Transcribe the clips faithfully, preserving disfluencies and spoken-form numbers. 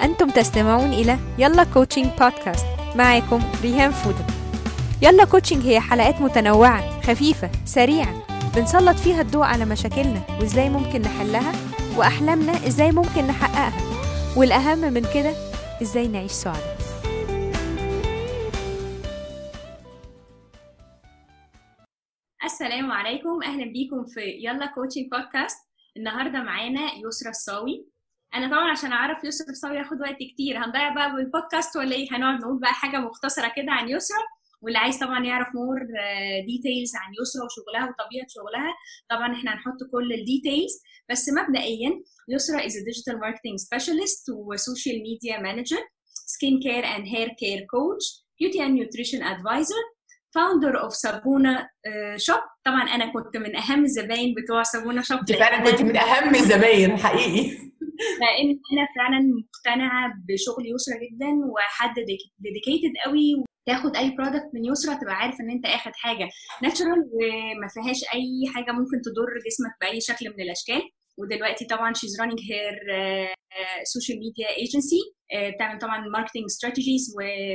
أنتم تستمعون إلى يلا كوتشنج بودكاست. معكم ريهام فودة. يلا كوتشنج هي حلقات متنوعة خفيفة سريعة بنسلط فيها الضوء على مشاكلنا وإزاي ممكن نحلها، وأحلامنا إزاي ممكن نحققها، والأهم من كده إزاي نعيش سعادة. السلام عليكم، أهلا بيكم في يلا كوتشنج بودكاست. النهاردة معانا يسرا الصاوي. أنا طبعا عشان أعرف يسرا الصاوي هاخد وقت كتير، هنضيع بقى بالبودكاست ولا إيه؟ هنقعد نقول بقى حاجة مختصرة كده عن يسرا، واللي عايز طبعا يعرف مور ديتيلز عن يسرا وشغلها وطبيعة شغلها طبعا احنا هنحط كل الديتيلز. بس مبدئيا يسرا is a digital marketing specialist و social media manager, skin care and hair care coach, beauty and nutrition advisor, founder of سابونا شوب. طبعا انا كنت من اهم الزباين بتوع سابونا شوب. انت فعلا كنت من اهم الزباين حقيقي، لان انا فعلا مقتنعه بشغل يسرا جدا، وحد ديديكيتد قوي. تاخد اي برودكت من يسرا تبقى عارف ان انت اخد حاجه ناتشورال وما فيهاش اي حاجه ممكن تضر جسمك باي شكل من الاشكال. ودلوقتي طبعا she's running her uh, social media agency, uh, بتعمل طبعا marketing strategies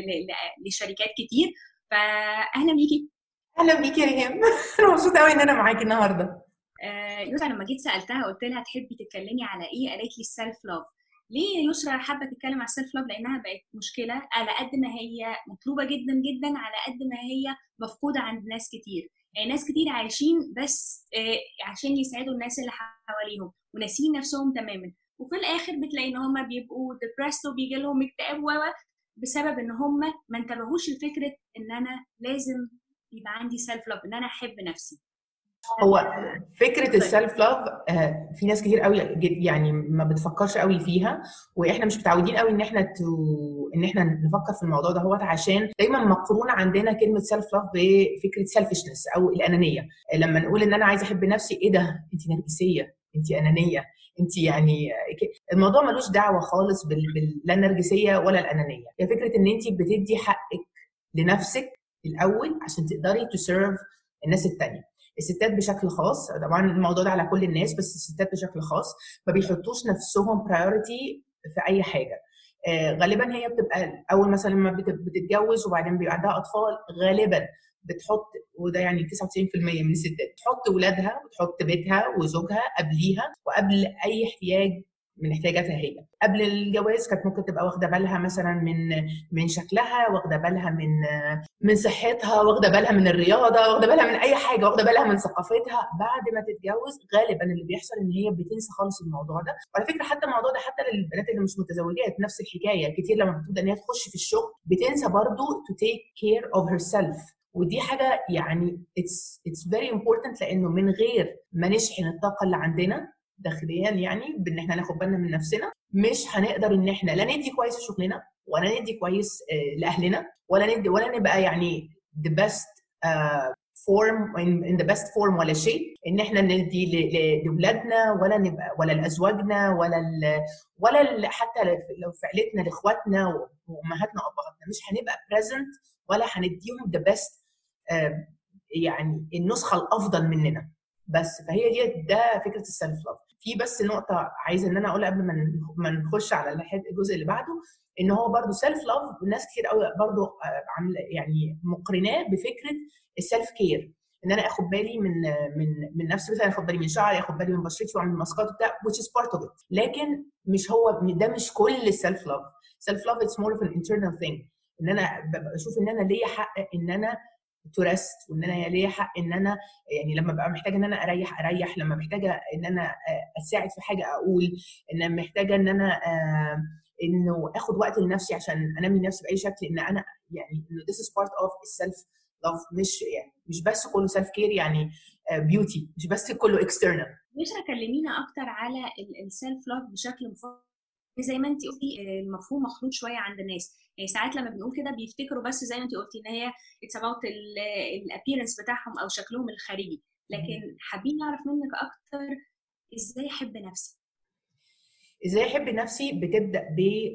لشركات كتير. فاهلا بيكي. اهلا بيكي يا ريهام. انا مبسوطه قوي ان انا معاكي النهارده. آه يسرا لما جيت سالتها قلت لها تحبي تتكلمي على ايه، قالت لي السيلف لاف. ليه يسرا حابه تتكلم على السيلف لاف؟ لانها بقت مشكله على قد ما هي مطلوبه جدا جدا، على قد ما هي مفقوده عند ناس كتير. يعني ناس كتير عايشين بس آه عشان يساعدوا الناس اللي حواليهم وناسين نفسهم تماما، وفي الاخر بتلاقي ان هم بيبقوا ديبرست وبيجي لهم اكتئاب بسبب ان هم ما انتبهوش لفكره ان انا لازم يبقى عندي سيلف لاف، ان انا احب نفسي. هو فكره السيلف لاف في ناس كتير قوي يعني ما بتفكرش قوي فيها، واحنا مش متعودين قوي ان احنا تو... ان احنا نفكر في الموضوع ده، هو عشان دايما مقرونه عندنا كلمه سيلف لاف بفكره سيلفشنس او الانانيه. لما نقول ان انا عايزه احب نفسي، ايه ده؟ انت نرجسيه، انت انانيه، انت يعني الموضوع ملوش دعوه خالص بال... بال... لا النرجسيه ولا الانانيه. هي فكره ان انت بتدي حقك لنفسك الاول عشان تقدري تسيرف الناس التانية. الستات بشكل خاص، طبعا الموضوع ده على كل الناس، بس الستات بشكل خاص ما بيحطوش نفسهم برايورتي في اي حاجه. آه غالبا هي بتبقى اول مثلا لما بتتجوز وبعدين بيبقى عندها اطفال، غالبا بتحط، وده يعني تسعة وتسعين بالمية من الستات تحط ولادها وتحط بيتها وزوجها قبليها وقبل اي احتياج من احتياجاتها هي. قبل الجواز كانت ممكن تبقى واخده بالها مثلا من من شكلها، واخده بالها من من صحتها، واخده بالها من الرياضه، واخده بالها من اي حاجه، واخده بالها من ثقافتها. بعد ما تتجوز غالبا اللي بيحصل ان هي بتنسى خالص الموضوع ده. وعلى فكره حتى الموضوع ده حتى للبنات اللي مش متزوجات نفس الحكايه، كتير لما بتبدا ان هي تخش في الشغل بتنسى برضو to take care of herself. ودي حاجه يعني it's it's very important، لانه من غير ما نشحن الطاقه اللي عندنا داخليا يعني بان احنا ناخد بالنا من نفسنا، مش هنقدر ان احنا لا ندي كويس في شغلنا، ولا ندي كويس آه لاهلنا، ولا ندي ولا نبقى يعني the best uh, form in, in the best form ولا شيء ان احنا ندي لاولادنا، ولا نبقى ولا لازواجنا، ولا ل ولا ل حتى لو في عيلتنا لاخواتنا وامهاتنا وابهاتنا، مش هنبقى present ولا هنديهم the best uh, يعني النسخه الافضل مننا. بس فهي دي ده فكره السيلف لاف. في بس نقطه عايزه ان انا اقولها قبل ما ما نخش على الجزء اللي بعده، ان هو برضو سيلف لاف ناس كتير قوي برضو عامله يعني مقرناه بفكره السيلف كير، ان انا اخد بالي من من من نفسي، مثلا اخد بالي من شعري، اخد بالي من بشرتي، واعمل ماسكات وبتاع which is part of it. لكن مش هو ده مش كل السيلف لاف. سيلف لاف it's more of an internal thing، ان انا بشوف ان انا ليا حق ان انا تورست، وان انا ليا حق ان انا يعني لما ببقى محتاجه ان انا اريح اريح، لما محتاجه ان انا اساعد في حاجه اقول، ان انا محتاجه ان انا آه انه اخد وقت لنفسي عشان انمي نفسي باي شكل، ان انا يعني انه this is part of السيلف لاف. مش يعني مش بس كله سيلف كير يعني بيوتي، مش بس كله اكسترنال. يسرا كلمينا اكتر على السيلف لاف بشكل مفصل. زي ما انت قلتي المفهوم مخلوط شويه عند الناس، يعني ساعات لما بنقول كده بيفتكروا بس زي ما انت قلتي ان هي اتس اباوت الابييرنس بتاعهم او شكلهم الخارجي، لكن حابين نعرف منك اكتر ازاي احب نفسي. ازاي احب نفسي بتبدا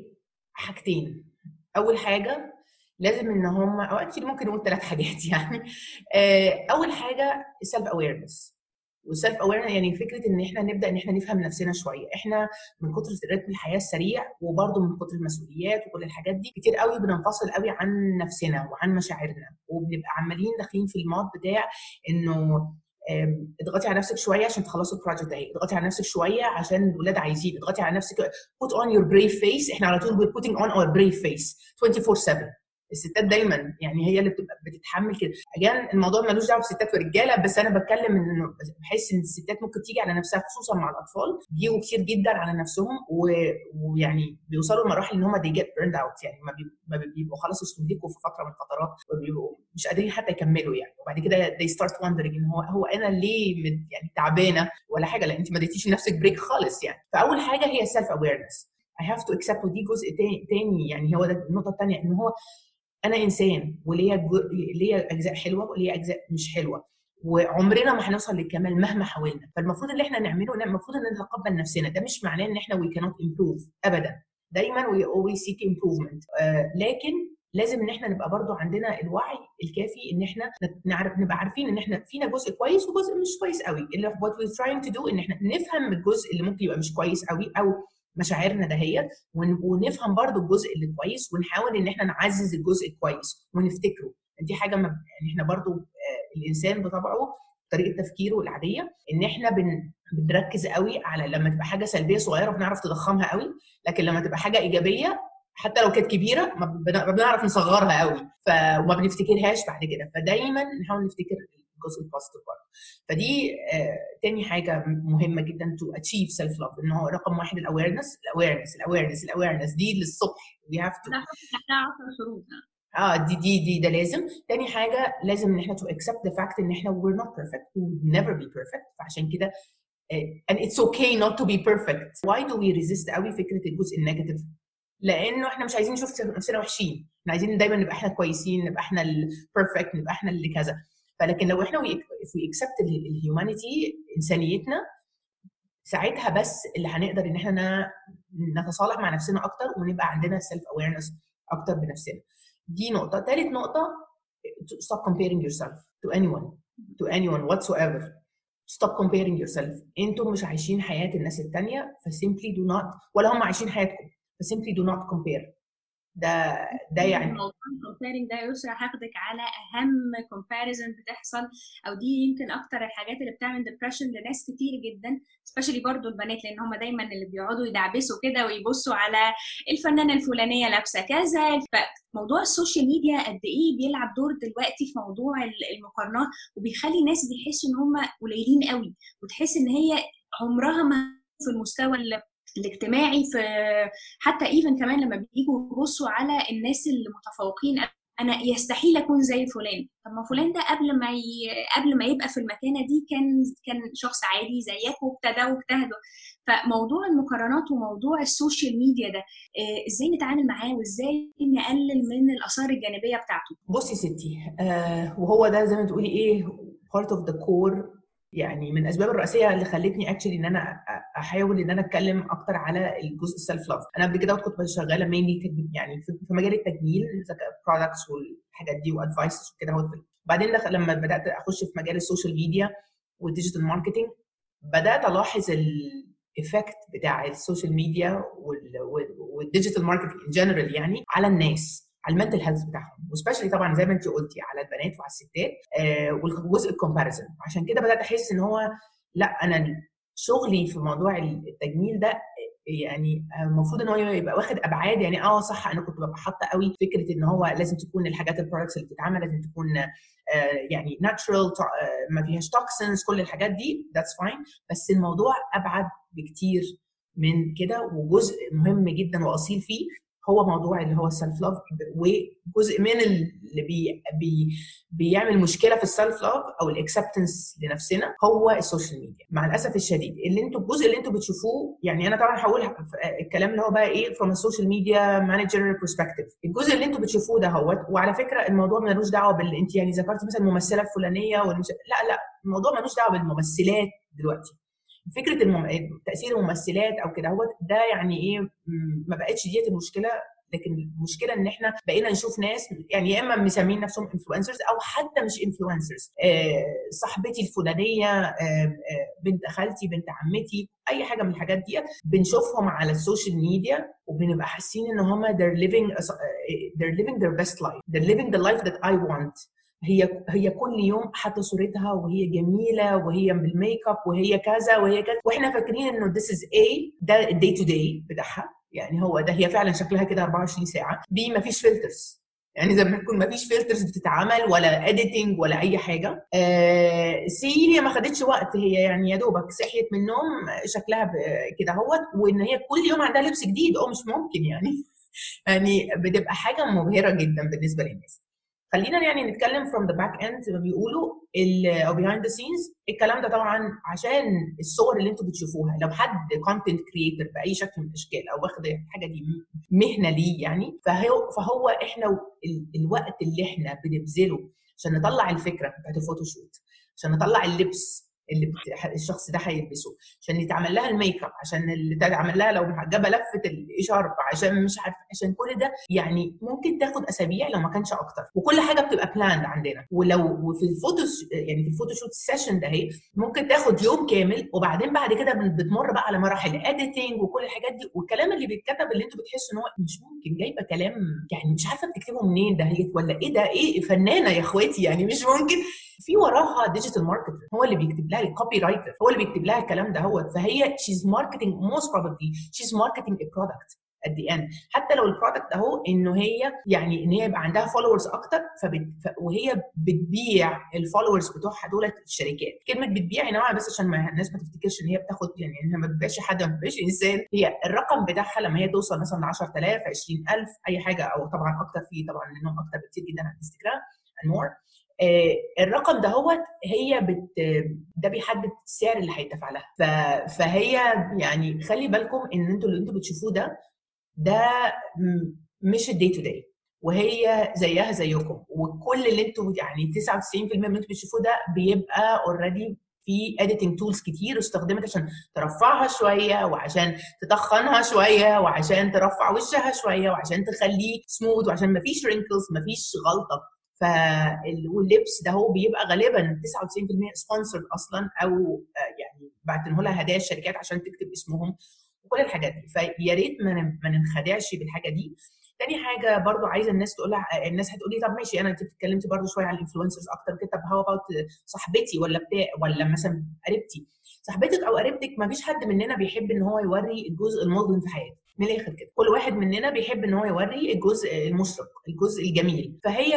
بحاجتين. اول حاجه لازم ان هم او اكيد ممكن نقول ثلاث حاجات يعني. اول حاجه السيلف اويرنس، والسيلف اويرنس يعني فكره ان احنا نبدا ان احنا نفهم نفسنا شويه. احنا من كتر رتم الحياه السريع وبرده من كتر المسؤوليات وكل الحاجات دي كتير قوي بننفصل قوي عن نفسنا وعن مشاعرنا، وبنبقى عمالين داخلين في المود بتاع انه اضغطي على نفسك شويه عشان تخلصي البروجكت ده، اضغطي على نفسك شويه عشان الولاد عايزين، اضغطي على نفسك put on your brave face. احنا على طول we're putting on our brave face twenty four seven. الستات دايما يعني هي اللي بتبقى بتتحمل كده. اجان الموضوع ملوش دعوه بستات ورجاله، بس انا بتكلم انه بحس ان الستات ممكن تيجي على نفسها خصوصا مع الاطفال، بيجوا كتير جدا على نفسهم ويعني بيوصلوا لمراحل ان هم they get burned out، يعني ما بيبقوا خلاص استهلكوا في فتره من الفترات وبيبقوا مش قادرين حتى يكملوا يعني. وبعد كده they start wondering ان هو هو انا ليه يعني تعبانه ولا حاجه، لا انت ما اديتيش لنفسك بريك خالص يعني. فاول حاجه هي self awareness. I have to accept. ودي جزء تاني يعني هو ده النقطه الثانيه، ان هو انا انسان وليا جو... ليا اجزاء حلوه وليا اجزاء مش حلوه، وعمرنا ما هنوصل للكمال مهما حاولنا. فالمفروض اللي احنا نعمله المفروض ان نتقبل نفسنا. ده مش معناه ان احنا we cannot improve ابدا، دايما we always seek improvement. آه لكن لازم ان احنا نبقى برضو عندنا الوعي الكافي ان احنا نعرف نبقى عارفين ان احنا فينا جزء كويس وجزء مش كويس قوي. اللي what we're trying to do ان احنا نفهم الجزء اللي ممكن يبقى مش كويس قوي او مشاعرنا دهيت، ونفهم برضو الجزء اللي كويس ونحاول ان احنا نعزز الجزء الكويس ونفتكره. دي حاجه ما يعني احنا برضو آه الانسان بطبعه طريقه تفكيره العاديه ان احنا بن بنركز قوي على لما تبقى حاجه سلبيه صغيره بنعرف تضخمها قوي، لكن لما تبقى حاجه ايجابيه حتى لو كانت كبيره ما بنعرف نصغرها قوي وما بنفتكرهاش بعد كده. فدايما نحاول نفتكر الجزء البوزيتيف برضه. فدي آه تاني حاجه مهمه جدا تو اتشيف سيلف لاف، ان هو رقم واحد الاويرنس الاويرنس الاويرنس الاويرنس دي للصبح. وي هاف تو تحتها عشر شروط. اه دي دي دي ده لازم. تاني حاجه لازم ان احنا تو اكسبت ذا فاكت ان احنا we're not perfect, we will never be perfect. فعشان كده and it's okay not to be perfect. why do we resist قوي فكره الجزء النيجاتيف؟ لانه احنا مش عايزين نشوف نفسنا وحشين، احنا عايزين دايما نبقى احنا كويسين، نبقى احنا البيرفكت، نبقى احنا اللي كذا. فلكن لو احنا if we accept الهيومانيتي انسانيتنا، ساعتها بس اللي هنقدر ان احنا نتصالح مع نفسنا اكتر ونبقى عندنا سيلف اويرنس اكتر بنفسنا. دي نقطه. ثالث نقطه stop comparing yourself to anyone to anyone whatsoever. stop comparing yourself. انتم مش عايشين حياه الناس الثانيه فسيمبلي do not، ولا هم عايشين حياتكم فسيمبلي do not compare. ده ده يعني موضوع الكومبيرنج ده يسرا هاخدك على اهم كومباريزن بتحصل، او دي يمكن اكتر الحاجات اللي بتعمل ديبرشن لناس كتير جدا، سبيشالي برضو البنات، لان هم دايما اللي بيقعدوا يدعبسوا كده ويبصوا على الفنانه الفلانيه لابسه كذا. فموضوع السوشيال ميديا قد ايه بيلعب دور دلوقتي في موضوع المقارنات، وبيخلي الناس بيحسوا ان هم قليلين قوي، وتحس ان هي عمرها ما في المستوى اللي الاجتماعي. في حتى ايفن كمان لما بييجوا يبصوا على الناس المتفوقين، انا يستحيل اكون زي فلان. طب ما فلان ده قبل ما ي... قبل ما يبقى في المكانه دي كان كان شخص عادي زيك وابتدى واجتهد. فموضوع المقارنات وموضوع السوشيال ميديا ده إيه، ازاي نتعامل معاه وازاي نقلل من الاثار الجانبيه بتاعته؟ بصي ستي، آه وهو ده زي ما تقولي ايه part of the core، يعني من الاسباب الرئيسيه اللي خلتني اكشلي ان انا احاول ان انا اتكلم اكتر على الجزء السيلف لاف. انا قبل كده كنت شغاله مينلي يعني في مجال التجميل، برودكتس والحاجات دي وادفايسز وكده. بعدين لما بدات اخش في مجال السوشيال ميديا والديجيتال ماركتنج، بدات الاحظ الايفكت بتاع السوشيال ميديا والديجيتال ماركتنج ان جنرال يعني على الناس، على المنتل هيلث بتاعهم، وسبيشالي طبعا زي ما انت قلتي على البنات وعلى الستات، آه والجزء الكومباريزن. عشان كده بدات احس ان هو لا، انا شغلي في موضوع التجميل ده يعني المفروض ان هو يبقى واخد ابعاد. يعني اه صح، انا كنت ببقى حاطه قوي فكره ان هو لازم تكون الحاجات البرودكتس اللي بتتعمل لازم تكون آه يعني ناتشرال، آه ما فيهاش توكسينز، كل الحاجات دي ذاتس فاين. بس الموضوع ابعد بكتير من كده، وجزء مهم جدا واصيل فيه هو موضوع اللي هو السلف لاف. وجزء من اللي بي بي بيعمل مشكله في السلف لاف او الاكسبتنس لنفسنا هو السوشيال ميديا. مع الاسف الشديد اللي انتوا الجزء اللي انتوا بتشوفوه، يعني انا طبعا هقول الكلام اللي هو بقى ايه from a social media manager perspective، الجزء اللي انتوا بتشوفوه ده هو. وعلى فكره الموضوع ملوش دعوه بال انت يعني ذكرتي مثلا الممثله الفلانيه والمش... لا لا، الموضوع ملوش دعوه بالممثلات دلوقتي. فكره المم... تاثير الممثلات او كده هو ده يعني ايه، ما بقتش ديت المشكله لكن المشكله ان احنا بقينا نشوف ناس يعني يا اما مسمين نفسهم انفلونسرز او حتى مش انفلونسرز، آه صاحبتي الفلانيه، آه آه بنت خالتي، بنت عمتي، اي حاجه من الحاجات دي بنشوفهم على السوشيال ميديا وبنبقى حاسين ان هم they're living they're living their best life, they're living the life that I want. هي هي كل يوم حاطه صورتها وهي جميله وهي بالميك اب وهي كذا وهي كذا، واحنا فاكرين انه this is A، ده الدي تو دي بتاعها، يعني هو ده، هي فعلا شكلها كده أربعة وعشرين ساعه. بي ما فيش فلترز، يعني زي ما بنقول ما فيش فلترز بتتعمل ولا اديتنج ولا اي حاجه. آه سي هي ما خدتش وقت، هي يعني يا دوبك صحيت من النوم شكلها كده اهوت، وان هي كل يوم عندها لبس جديد، او مش ممكن يعني يعني بتبقى حاجه مبهره جدا بالنسبه للناس. خلينا يعني نتكلم from the back end زي ما بيقولوا او behind the scenes. الكلام ده طبعا عشان الصور اللي انتوا بتشوفوها، لو حد content creator باي شكل من الاشكال او واخد الحاجه دي مهنه ليه يعني، فهو فهو احنا الوقت اللي احنا بنبذله عشان نطلع الفكره بتاعت الفوتوشوت، عشان نطلع اللبس اللي بت... الشخص ده هيلبسه، عشان يتعمل لها الميك اب، عشان اللي تعمل لها لو محجبه لفه الاشارب، عشان مش عارف، عشان كل ده يعني ممكن تاخد اسابيع لو ما كانش اكتر، وكل حاجه بتبقى بلاند عندنا. ولو وفي الفوتوس يعني في الفوتوشوت سيشن ده هي ممكن تاخد يوم كامل، وبعدين بعد كده بتمر بقى على مراحل اديتنج وكل الحاجات دي، والكلام اللي بيتكتب اللي انتوا بتحسوا ان هو مش ممكن، جايبه كلام يعني مش عارفه بتكتبه منين ده هي، ولا ايه ده، ايه فنانه يا اخواتي يعني، مش ممكن. في وراها ديجيتال ماركتر هو اللي بيكتب لها، الكوبي رايتر هو اللي بيكتب لها الكلام ده هو، فهي she's marketing most probably she's marketing a product at the end. حتى لو البرودكت اهو انه هي يعني ان هي يبقى عندها فولورز اكتر، فبت... ف... وهي بتبيع الفولورز بتوعها دولت الشركات. كلمه بتبيع يا جماعه بس عشان ما الناس ما تفتكرش ان هي بتاخد يعني انها ما بتبيعش حد، ما بتبيعش انسان، هي الرقم بتاعها لما هي توصل مثلا ل عشرة آلاف عشرين ألف اي حاجه، او طبعا اكتر، في طبعا منهم اكتر بكتير جدا على الانستجرام and more. آه الرقم ده هو هي بت ده بيحدد السعر اللي هيدفع لها. فهي يعني خلي بالكم ان انتوا اللي انتوا بتشوفوه ده ده مش الدي تو دي، وهي زيها زيكم، وكل اللي انتوا يعني تسعة وتسعين بالمية من اللي انتوا بتشوفوه ده بيبقى اوريدي في editing tools كتير استخدمت عشان ترفعها شويه، وعشان تتخنها شويه، وعشان ترفع وشها شويه، وعشان تخليه سموث، وعشان ما فيش رينكلز، ما فيش غلطه. فاللبس ده هو بيبقى غالبا تسعة وتسعين بالمية سبونسرد اصلا، او يعني بعتنه لها هدايا الشركات عشان تكتب اسمهم وكل الحاجات دي. فيا ريت ما ننخدعش بالحاجه دي. تاني حاجه برضو عايزه الناس تقولها، الناس هتقولي طب ماشي، انا انت اتكلمتي برضو شويه على الانفلونسرز اكتر كده، طب هاو اباوت صاحبتي ولا بتاع ولا مثلا قريبتي؟ صاحبتك او قريبتك ما فيش حد مننا بيحب ان هو يوري الجزء المظلم في حياته، من الاخر كده كل واحد مننا بيحب ان هو يوري الجزء المشرق، الجزء الجميل. فهي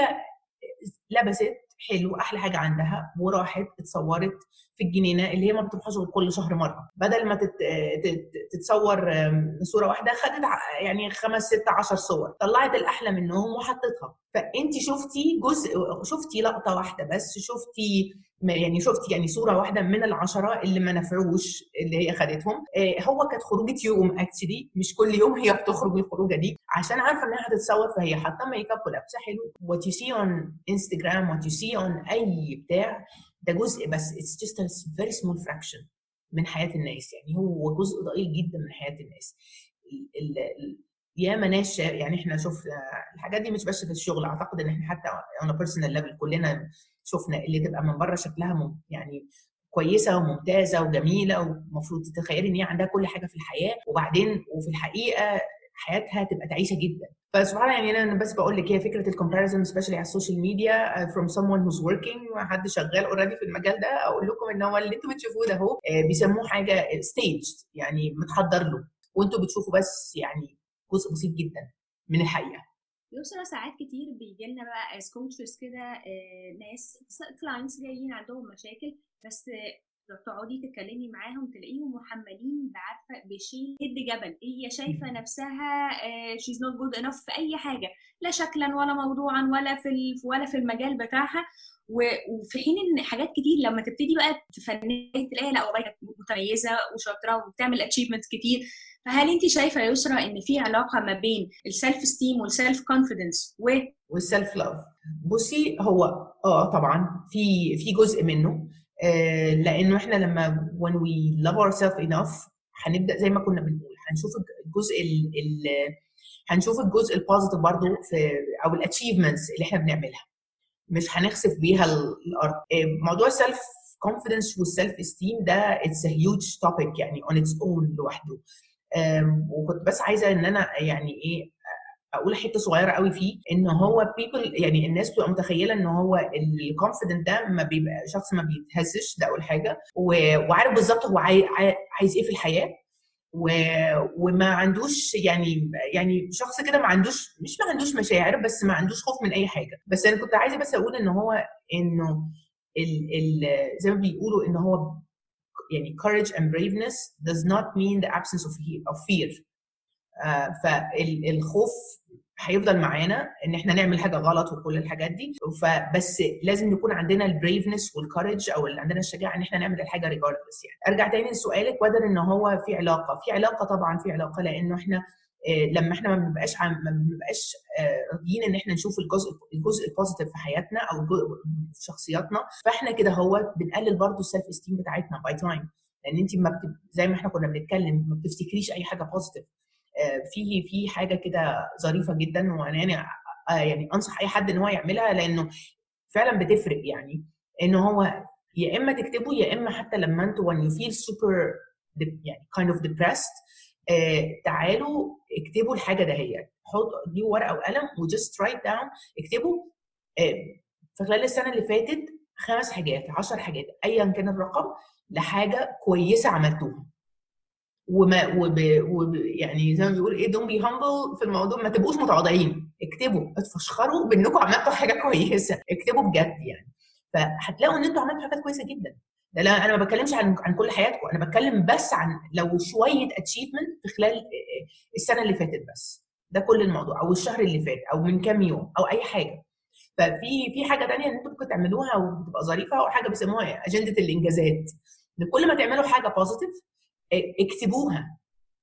لبست حلو احلى حاجه عندها وراحت اتصورت في الجنينه اللي هي ما بتروحش غير كل شهر مره، بدل ما تت... تت... تتصور صوره واحده خدت يعني خمس ست عشر صور، طلعت الاحلى منهم وحطتها. فانت شفتي جزء، شفتي لقطه واحده بس، شفتي يعني شفتي يعني صوره واحده من العشره اللي ما نفعوش اللي هي خدتهم. هو كانت خروجه يوم اكشلي، مش كل يوم هي بتخرج الخروجه دي عشان عارفه انها هتتصور، فهي حاطه ميك اب ولابسه حلو. what you see on Instagram what you see on اي بتاع ده جزء بس، it's just a very small fraction من حياه الناس، يعني هو جزء ضئيل جدا من حياه الناس. ال ال ياما ناس يعني احنا شفنا الحاجات دي مش بس في الشغل، اعتقد ان احنا حتى on a personal level كلنا شفنا اللي تبقى من بره شكلها يعني كويسه وممتازه وجميله ومفروض تتخيلي ان هي عندها كل حاجه في الحياه، وبعدين وفي الحقيقه حياتها تبقى تعيسه جدا. فسبحان الله يعني انا بس بقول لك هي فكره الكومباريزون سبيشالي على السوشيال ميديا from someone who's working، حد شغال اوريدي في المجال ده، اقول لكم ان هو اللي انتوا بتشوفوه ده اهو بيسموه حاجه staged، يعني متحضر له، وانتوا بتشوفوا بس يعني جزء بسيط جدا من الحقيقه. يسرا ساعات كتير بيجي لنا بقى از كوتشز كده ناس كلاينتس جايين عندهم مشاكل، بس تقعدي تتكلمي معاهم تلاقيهم محملين بعارفه بشيء قد جبل، هي شايفه نفسها شيز نوت جود انف في اي حاجه، لا شكلا ولا موضوعا ولا في ولا في المجال بتاعها، وفي حين ان حاجات كتير لما تبتدي بقى تفنني تلاقيها لا والله كانت متميزه وشاطره وبتعمل اتشيفمنتس كتير. فهل انت شايفه يا يسرا ان في علاقه ما بين السيلف استيم والسيلف كونفيدنس و والسيلف لاف؟ بصي هو اه طبعا في في جزء منه، آه لانه احنا لما when we love ourselves enough هنبدا زي ما كنا بنقول هنشوف الجزء ال ال هنشوف الجزء البوزيتيف برضو في او الاتشيفمنتس اللي احنا بنعملها، مش هنخسف بيها الارض. موضوع السيلف كونفيدنس والسيلف استيم ده اتس ا هيوج توبيك يعني اون اتس اون لوحده. وكنت بس عايزه ان انا يعني ايه اقول حته صغيره قوي فيه، ان هو بيبل يعني الناس بتبقى متخيله ان هو الكونفيدنت ده ما بيبقى شخص ما بيتهزش، ده اول حاجه، وعارف بالظبط هو عايز ايه في الحياه، وما عندوش يعني يعني شخص كده ما عندوش مش ما عندوش مشاعر، بس ما عندوش خوف من اي حاجه. بس انا كنت عايزه بس اقول ان هو انه ال ال زي ما بيقولوا ان هو يعني courage and braveness does not mean the absence of fear. آه فالخوف هيفضل معانا ان احنا نعمل حاجه غلط وكل الحاجات دي، فبس لازم يكون عندنا البريفنس والكورج او اللي عندنا الشجاعه ان احنا نعمل الحاجه ريجاردلس. يعني ارجع تاني لسؤالك وقدر ان هو في علاقه في علاقه طبعا في علاقه، لانه احنا آه لما احنا ما بنبقاش ما بنبقاش راضيين آه ان احنا نشوف الجزء الجزء البوزيتيف في حياتنا او في شخصياتنا، فاحنا كده هو بنقلل برضو السيلف استيم بتاعتنا باي تايم. لان انت ما بت... زي ما احنا كنا بنتكلم ما بتفتكريش اي حاجه بوزيتيف. في في حاجه كده ظريفه جدا، وانا يعني يعني انصح اي حد ان هو يعملها لانه فعلا بتفرق. يعني ان هو يا اما تكتبه يا اما حتى لما انتوا when you feel super يعني kind of depressed آه تعالوا اكتبوا الحاجه دهيت، حطوا دي ورقه وقلم و just write down، اكتبوا آه في خلال السنه اللي فاتت خمس حاجات عشر حاجات ايا كان الرقم لحاجه كويسه عملتوها. وما وب... وب... يعني زي ما بيقول ايه don't be humble في الموضوع، ما تبقوش متواضعين، اكتبوا اتفشخروا بانكم عملتوا حاجه كويسه، اكتبوا بجد يعني، فهتلاقوا ان انتوا عملتوا حاجات كويسه جدا. ده لا انا ما بتكلمش عن عن كل حياتكم، انا بتكلم بس عن لو شويه اتشيفمنت في خلال السنه اللي فاتت بس، ده كل الموضوع، او الشهر اللي فات او من كام يوم او اي حاجه. ففي في حاجه ثانيه ان انتوا ممكن تعملوها وبتبقى ظريفه، او حاجه بيسموها اجنده الانجازات. كل ما تعملوا حاجه بوزيتيف اكتبوها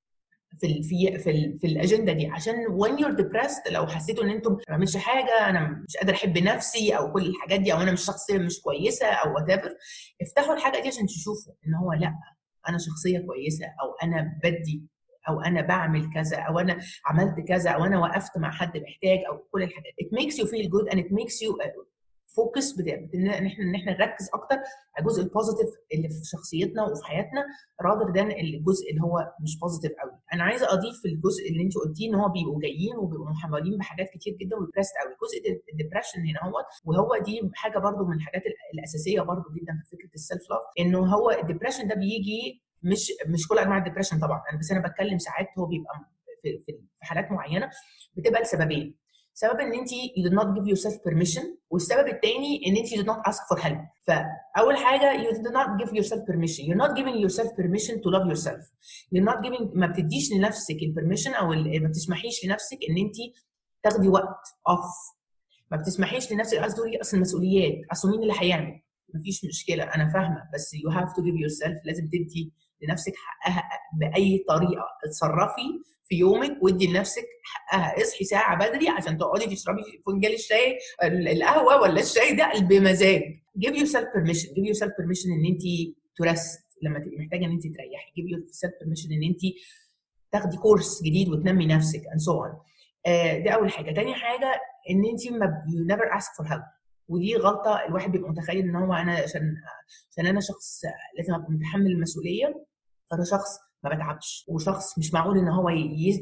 في ال في في, ال في الاجنده دي، عشان when you're depressed لو حسيتوا ان انتم ما بعملش حاجه، انا مش قادر احب نفسي او كل الحاجات دي، او انا مش شخصيه مش كويسه او whatever، افتحوا الحاجه دي عشان تشوفوا ان هو لا انا شخصيه كويسه، او انا بدي، او انا بعمل كذا، او انا عملت كذا، او انا وقفت مع حد محتاج، او كل الحاجات. it makes you feel good and it makes you فوكس ان احنا ان احنا نركز اكتر على الجزء البوزيتيف اللي في شخصيتنا وفي حياتنا rather than الجزء اللي هو مش بوزيتيف قوي. انا عايزه اضيف في الجزء اللي انت قلتيه ان هو بيبقوا جايين وبيبقوا محملين بحاجات كتير جدا وديبرست قوي، جزء الديبرشن هنا هو وهو دي حاجه برضو من الحاجات الاساسيه برضو جدا في فكره السيلف لاف، انه هو الديبرشن ده بيجي مش مش كل انواع الديبرشن طبعا، انا بس انا بتكلم ساعات هو بيبقى في في حالات معينه بتبقى لسببين. سبب ان انت you did not give yourself permission، والسبب الثاني ان انت you did not ask for help. فاول حاجه you did not give yourself permission، you're not giving yourself permission to love yourself، you're not giving ما بتديش لنفسك البرميشن او ما بتسمحيش لنفسك ان انت تاخدي وقت اوف، ما بتسمحيش لنفسك قصدي اصل المسؤوليات، اصل مين اللي هيعمل، مفيش مشكله انا فاهمه، بس you have to give yourself، لازم تدي لنفسك حقها باي طريقه، اتصرفي في يومك وادي لنفسك حقها، اصحي ساعه بدري عشان تقعدي تشربي فنجان الشاي القهوه ولا الشاي ده بمزاج. give yourself permission give yourself permission ان انت ترست لما تبقي محتاجه ان انت تريحي، give yourself permission ان انت تاخدي كورس جديد وتنمي نفسك and so on. آه دي اول حاجه. تاني حاجه ان انت you never ask for help، ودي غلطه الواحد بيبقى متخيل ان هو انا عشان عشان انا شخص لازم ابقى متحمل المسؤوليه، فانا شخص ما بتعبش، وشخص مش معقول ان هو يس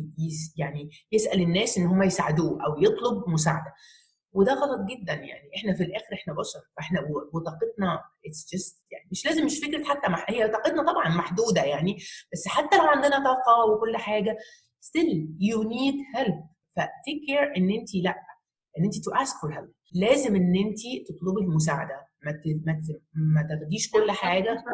يس يعني يسال الناس ان هم يساعدوه او يطلب مساعده، وده غلط جدا. يعني احنا في الاخر احنا بشر، فاحنا وطاقتنا اتس جاست يعني مش لازم، مش فكره حتى مح... هي طاقتنا طبعا محدوده يعني، بس حتى لو عندنا طاقه وكل حاجه still you need help. فتيك كير ان انت لا ان انت to ask for help، لازم ان انت تطلبي المساعده، ما ما ما تاخديش كل حاجه.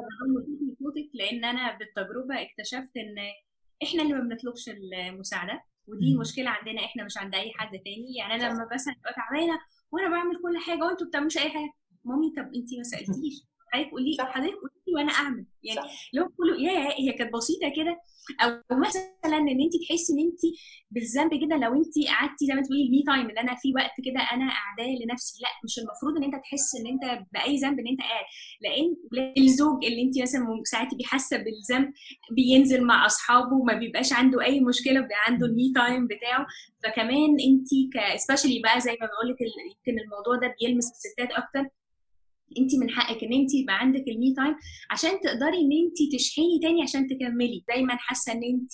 لان انا بالتجربه اكتشفت ان احنا اللي ما بنطلبش المساعده، ودي مشكله عندنا احنا مش عند اي حد تاني. يعني انا لما مثلا ابقى تعبانه وانا بعمل كل حاجه وانتوا ما بتعملوش اي حاجه، مامي طب انت ما سالتيش، حضرتك قولي حضرتك قولي وانا اعمل، يعني لو كله يا هي كانت بسيطه كده. او مثلا مثلا ان انت تحسي ان انت بالذنب جدا لو انت قعدتي زي ما تقولي المي تايم، ان انا في وقت كده انا قاعده لنفسي. لا، مش المفروض ان انت تحس ان انت باي ذنب ان انت قاعد، لان الزوج اللي انت مثلا ساعات بيحس بالذنب بينزل مع اصحابه وما بيبقاش عنده اي مشكله، بيبقى عنده المي تايم بتاعه. فكمان انت كسبيشالي بقى زي ما بقول لك يمكن الموضوع ده بيلمس الستات اكتر، انت من حقك ان انت يبقى عندك المي تايم عشان تقدري ان انت تشحني تاني عشان تكملي. دايما حاسه ان انت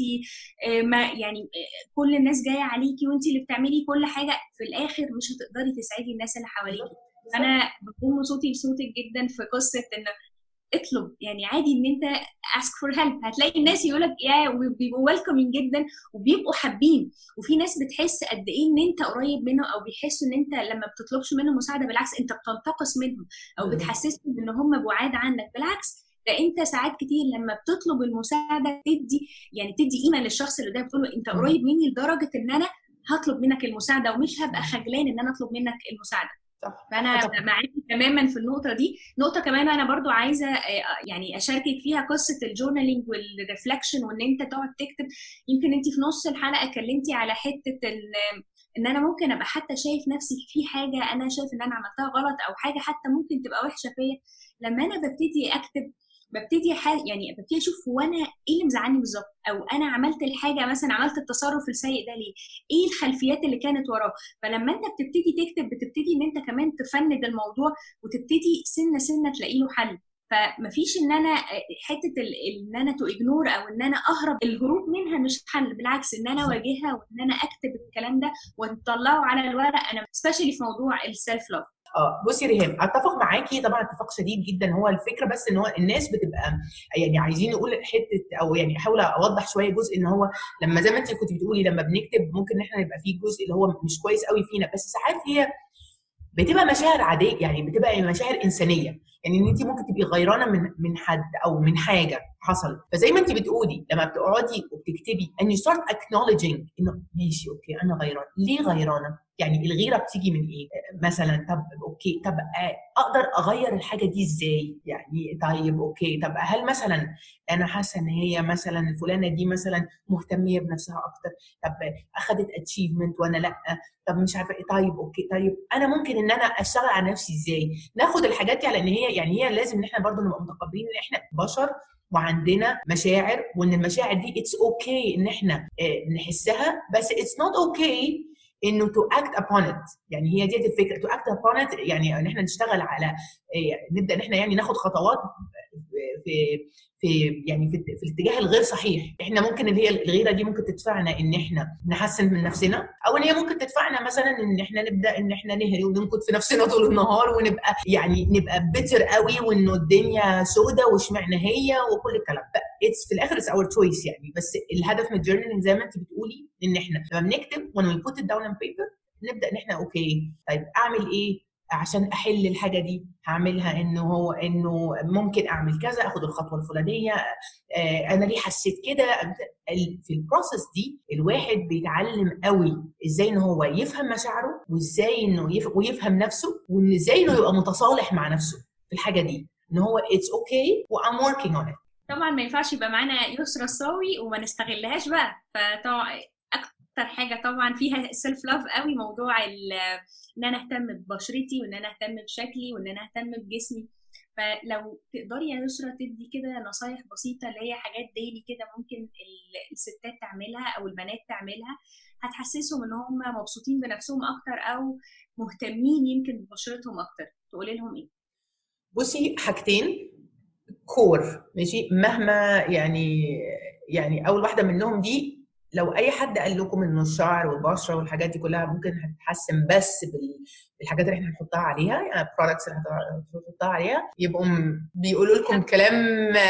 ما يعني كل الناس جايه عليكي وانت اللي بتعملي كل حاجه، في الاخر مش هتقدري تسعدي الناس اللي حواليكي. انا بضم صوتي لصوتك جدا في قصه ان اطلب، يعني عادي ان انت ask for help. هتلاقي الناس يقولك يا وبيبقوا welcoming جدا وبيبقوا حابين، وفي ناس بتحس قد ايه ان انت قريب منه، او بيحسوا ان انت لما بتطلبش منهم مساعده بالعكس انت بتنتقص منهم او بتحسسهم ان هم بعاد عنك. بالعكس، ده انت ساعات كتير لما بتطلب المساعده تدي يعني تدي قيمه للشخص اللي قدامك، تقول له انت قريب مني لدرجه ان انا هطلب منك المساعده ومش هبقى خجلان ان انا اطلب منك المساعده. فانا معاكي تماما في النقطه دي. نقطه كمان انا برضو عايزه يعني اشاركك فيها قصه الجورنالينج والريفلكشن، وان انت تقعد تكتب. يمكن انت في نص الحلقه اتكلمتي على حته ان انا ممكن ابقى حتى شايف نفسي في حاجه انا شايف ان انا عملتها غلط، او حاجه حتى ممكن تبقى وحشه فيا. لما انا ببتدي اكتب ببتدي حاجة يعني ببتدي اشوف وانا ايه اللي مزعلني بالظبط، او انا عملت الحاجه مثلا عملت التصرف السيء ده ليه، ايه الخلفيات اللي كانت وراه. فلما انت بتبتدي تكتب بتبتدي ان انت كمان تفند الموضوع وتبتدي سنه سنه تلاقي له حل. فمفيش ان انا حته ان انا تو اجنور او ان انا اهرب. الهروب منها مش حل، بالعكس ان انا اواجهها وان انا اكتب الكلام ده واطلعه على الورق. انا سبيشالي في موضوع السيلف لاف. اه بصي ريهام، اتفق معاكي طبعا اتفاق شديد جدا. هو الفكره بس ان هو الناس بتبقى يعني عايزين نقول حته، او يعني احاول اوضح شويه جزء ان هو لما زي ما انت كنت بتقولي لما بنكتب ممكن احنا يبقى فيه جزء اللي هو مش كويس قوي فينا، بس ساعات هي بتبقى مشاعر عاديه، يعني بتبقى مشاعر انسانيه. يعني ان انت ممكن تبقي غيرانه من من حد او من حاجه حصلت، فزي ما انت بتقولي لما بتقعدي وبتكتبي and you start acknowledging انه ماشي اوكي انا غيرانه. ليه غيرانه؟ يعني الغيره بتيجي من ايه مثلا؟ طب اوكي طب اقدر اغير الحاجه دي ازاي؟ يعني طيب اوكي طب هل مثلا انا حاسه ان هي مثلا الفلانه دي مثلا مهتميه بنفسها اكتر، طب اخذت اتشيفمنت وانا لا، طب مش عارفه ايه، طيب اوكي طيب انا ممكن ان انا اشتغل على نفسي ازاي؟ ناخد الحاجات دي على ان هي يعني هي لازم ان احنا برضو نبقى متقبلين ان احنا بشر وعندنا مشاعر، وان المشاعر دي اتس اوكي okay ان احنا نحسها، بس اتس نوت اوكي انه تو اكت ابون ات. يعني هي دي الفكره، تو اكت ابون ات يعني ان احنا نشتغل على نبدا ان احنا يعني ناخد خطوات في في يعني في, في الاتجاه الغير صحيح. احنا ممكن اللي هي الغيره دي ممكن تدفعنا ان احنا نحسن من نفسنا، او ان هي ممكن تدفعنا مثلا ان احنا نبدا ان احنا نهري وننكد في نفسنا طول النهار ونبقى يعني نبقى بيتر قوي وانه الدنيا سودة واشمعنى هي وكل الكلام ده. اتس في الاخر اتس اور تشويس يعني. بس الهدف من الجورنالينج زي ما انت بتقولي ان احنا لما بنكتب when we put it down on paper نبدا ان احنا اوكي طيب اعمل ايه عشان احل الحاجه دي؟ هعملها انه هو انه ممكن اعمل كذا، اخد الخطوه الفلانيه، آه انا ليه حسيت كده. في البروسيس دي الواحد بيتعلم قوي ازاي ان هو يفهم مشاعره، وازاي انه ويفهم نفسه، وان ازاي انه يبقى متصالح مع نفسه في الحاجه دي، ان هو اتس اوكي وام وركينج اون ات. طبعا ما ينفعش يبقى معانا يسرا الصاوي وما نستغلهاش بقى. فطبعا اكتر حاجه طبعا فيها سيلف لاف قوي موضوع ان انا اهتم ببشرتي، وان انا اهتم بشكلي، وان انا اهتم بجسمي. فلو تقدري يا يسرا تدي كده نصايح بسيطه اللي هي حاجات ديلي كده ممكن الستات تعملها او البنات تعملها هتحسسهم ان هم مبسوطين بنفسهم اكتر او مهتمين يمكن ببشرتهم اكتر، تقولي لهم ايه؟ بصي حاجتين كور ماشي، مهما يعني يعني اول واحده منهم دي لو اي حد قال لكم انه الشعر والبشره والحاجات دي كلها ممكن هتتحسن بس بالحاجات اللي احنا هنحطها عليها، يعني البرودكتس اللي هنحطها عليها، يبقوا بيقولوا لكم كلام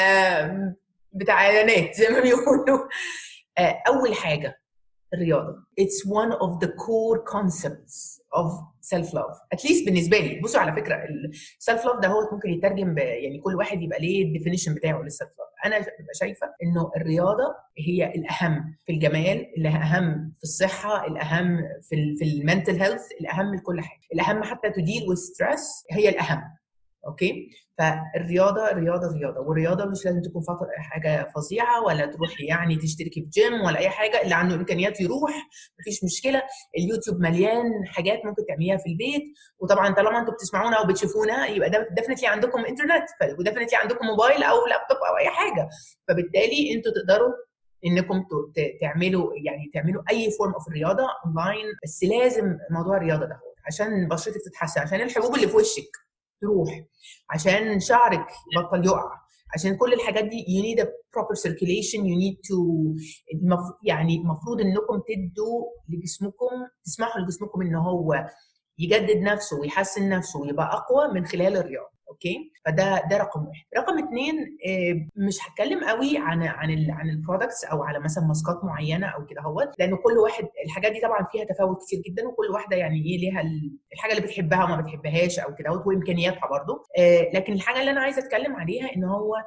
بتاع اعلانات زي ما بيقولوا. اول حاجه الرياضه. It's one of the core concepts of self love at least بالنسبه لي. بصوا على فكره السيلف love ده هو ممكن يترجم يعني كل واحد يبقى ليه الديفينيشن بتاعه للسيلف love. انا ببقى شايفه انه الرياضه هي الاهم في الجمال، الاهم في الصحه، الاهم في ال في المنتل هيلث، الاهم لكل حاجه، الاهم حتى تديل والستريس هي الاهم. اوكي. فالرياضه رياضه رياضه، والرياضه مش لازم تكون فتره حاجه فظيعه ولا تروحي يعني تشتركي في جيم ولا اي حاجه. اللي عنده امكانيات يروح، مفيش مشكله. اليوتيوب مليان حاجات ممكن تعمليها في البيت. وطبعا طالما انتوا بتسمعونا او بتشوفونا يبقى ده ديفنتلي عندكم انترنت، وديفنتلي عندكم موبايل او لابتوب او اي حاجه، فبالتالي انتوا تقدروا انكم تعملوا يعني تعملوا اي فورم اوف الرياضه اونلاين. بس لازم موضوع الرياضه ده عشان بشرتك تتحسن، عشان الحبوب اللي في وشك تروح، عشان شعرك يبطل يقع، عشان كل الحاجات دي you need a proper circulation. you need to يعني المفروض انكم تدوا لجسمكم، تسمحوا لجسمكم ان هو يجدد نفسه ويحسن نفسه ويبقى اقوى من خلال الرياضه. اوكي. فده ده رقم واحد. رقم اتنين، مش هتكلم قوي عن عن ال عن البرودكتس او على مثلا ماسكات معينه او كده اهوت، لان كل واحد الحاجات دي طبعا فيها تفاوت كتير جدا، وكل واحده يعني ايه ليها الحاجه اللي بتحبها وما بتحبهاش او كده اهوت، وامكانياتها برضو. لكن الحاجه اللي انا عايزه اتكلم عليها ان هو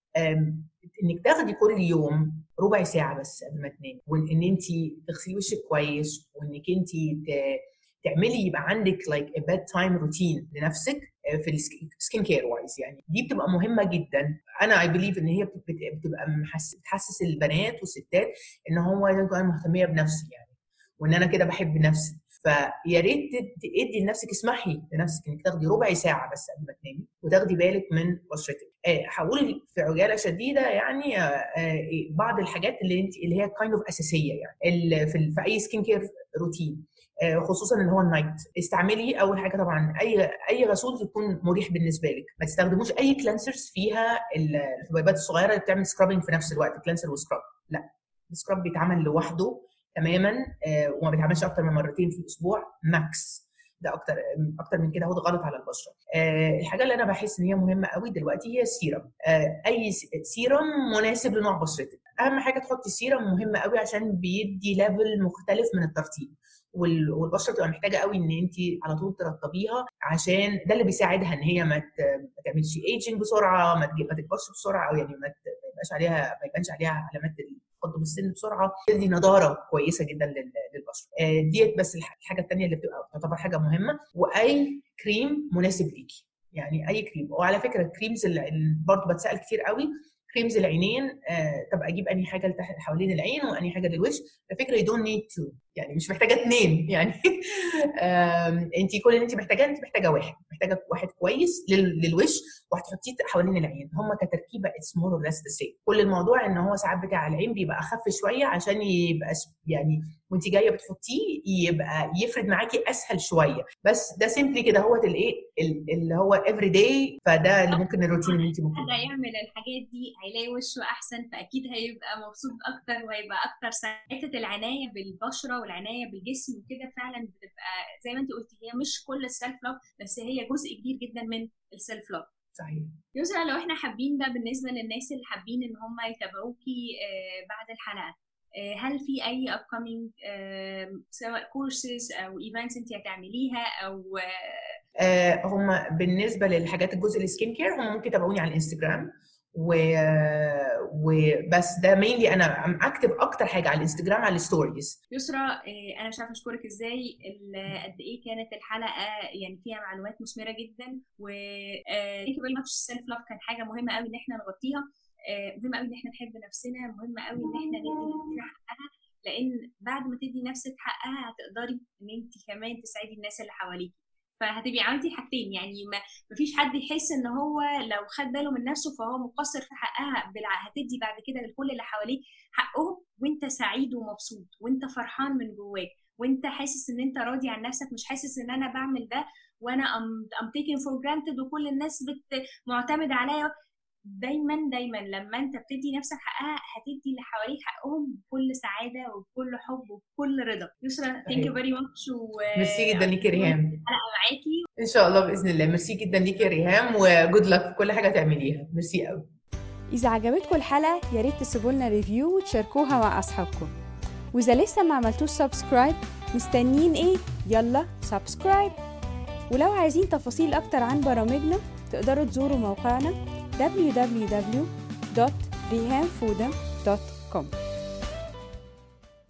انك تاخدي كل يوم ربع ساعه بس قبل ما تنامي، وان انت تغسلي وشك كويس، وانك انت تعملي يبقى عندك like a bedtime routine لنفسك في السكين كير وايز. يعني دي بتبقى مهمه جدا. انا اي بليف ان هي بتبقى بتحسس البنات والستات ان هو انا مهتميه بنفسي يعني، وان انا كده بحب نفسي. فيا ريت تدي لنفسك، اسمحي لنفسك انك تاخدي ربع ساعه بس قبل ما تنامي وتاخدي بالك من بشرتك. هقول في عجاله شديده يعني بعض الحاجات اللي انت اللي هي كايند اوف اساسيه يعني في في اي سكين كير روتين، خصوصا اللي هو النايت. استعملي اول حاجه طبعا اي اي غسول يكون مريح بالنسبه لك. ما تستخدموش اي كلانسرز فيها الحبيبات الصغيره اللي بتعمل سكرابنج في نفس الوقت، كلانسر وسكراب. لا، السكراب بيتعمل لوحده تماما، وما بيتعملش اكتر من مرتين في الاسبوع ماكس. ده اكتر اكتر من كده هو غلط على البشره. أه الحاجه اللي انا بحس ان هي مهمه قوي دلوقتي هي السيرم. أه اي سيرم مناسب لنوع بشرتك. اهم حاجه تحطي سيرم مهمه قوي عشان بيدي ليفل مختلف من الترطيب، والبشره بتبقى محتاجه قوي ان انت على طول ترطبيها، عشان ده اللي بيساعدها ان هي ما تعملش ايجنج بسرعه، ما تكبرش بسرعه، او يعني ما يبقاش عليها ما يبانش عليها علامات تقدم السن بسرعه. دي نضاره كويسه جدا للبشره. آه ديت بس الحاجه الثانيه اللي بتبقى تعتبر حاجه مهمه. واي كريم مناسب ليكي، يعني اي كريم. وعلى فكره الكريمز اللي برضه بتسال كتير قوي، كريمز العينين، آه طب اجيب انهي حاجه حوالين العين وانهي حاجه للوش؟ على فكره you don't need to، يعني مش محتاجه اثنين يعني. انت كل اللي انت محتاجاه انت محتاجه واحد، محتاجه واحد كويس للوش وهتحطيه حوالين العين. هم كتركيبه اتس مور اور ليس ذا سيم. كل الموضوع ان هو ساعات بتاع العين بيبقى اخف شويه عشان يبقى يعني وانت جايه بتحطيه يبقى يفرد معاكي اسهل شويه. بس ده سيمبلي كده هو الايه اللي هو افري داي. فده اللي ممكن الروتين اللي انت ممكن حد يعمل الحاجات دي هيلاقي وشه احسن، فاكيد هيبقى مبسوط اكتر وهيبقى اكتر سعاده. العنايه بالبشره والعنايه بالجسم وكده فعلا بتبقى زي ما انت قلتي، هي مش كل السيلف لاف، بس هي جزء كبير جدا من السيلف لاف. صحيح. يسرا، لو احنا حابين بقى بالنسبه للناس اللي حابين ان هم يتابعوكي بعد الحلقه، هل في اي upcoming سواء كورسز او ايفنتس انت هتعمليها او آه هم بالنسبه للحاجات الجزء السكين كير هم ممكن يتابعوني على الانستجرام و... وبس. ده مينلي انا اكتب اكتر حاجه على الانستجرام على الستوريز. يسرا، انا مش عارفه اشكرك ازاي. قد ايه كانت الحلقه يعني فيها معلومات مثمره جدا، و ثانك يو فيري ماتش. السيلف لاف كان حاجه مهمه قوي ان احنا نغطيها، مهم قوي ان احنا نحب نفسنا، مهم قوي ان احنا ندي نفسنا حقها، لان بعد ما تدي نفسك حقها هتقدري ان انت كمان تساعدي الناس اللي حواليكي. فهتبقي عملتي حاجتين، يعني ما مفيش حد يحس ان هو لو خد باله من نفسه فهو مقصر في حقها. بالعكس، هتدي بعد كده لكل اللي حواليك حقهم، وانت سعيد ومبسوط وانت فرحان من جواك، وانت حاسس ان انت راضي عن نفسك، مش حاسس ان انا بعمل ده وانا ام taken for granted وكل الناس بت معتمده عليا. دايما دايما لما انت بتدي نفسك حقها هتدي اللي حواليك حقهم بكل سعاده وبكل حب وبكل رضا. يسرا، ثانك يو فيري ماتش. ميرسي جدا ليكي ريهام. الحلقه معاكي ان شاء الله باذن الله. ميرسي جدا ليكي ريهام، وجود لك في كل حاجه تعمليها. ميرسي قوي. اذا عجبتكم الحلقه يا ريت تسيبوا لنا ريفيو وتشاركوها مع اصحابكم، واذا لسه ما عملتوش سبسكرايب مستنيين ايه؟ يلا سبسكرايب. ولو عايزين تفاصيل اكتر عن برامجنا تقدروا تزوروا موقعنا دبليو دبليو دبليو دوت ريهام فوده دوت كوم.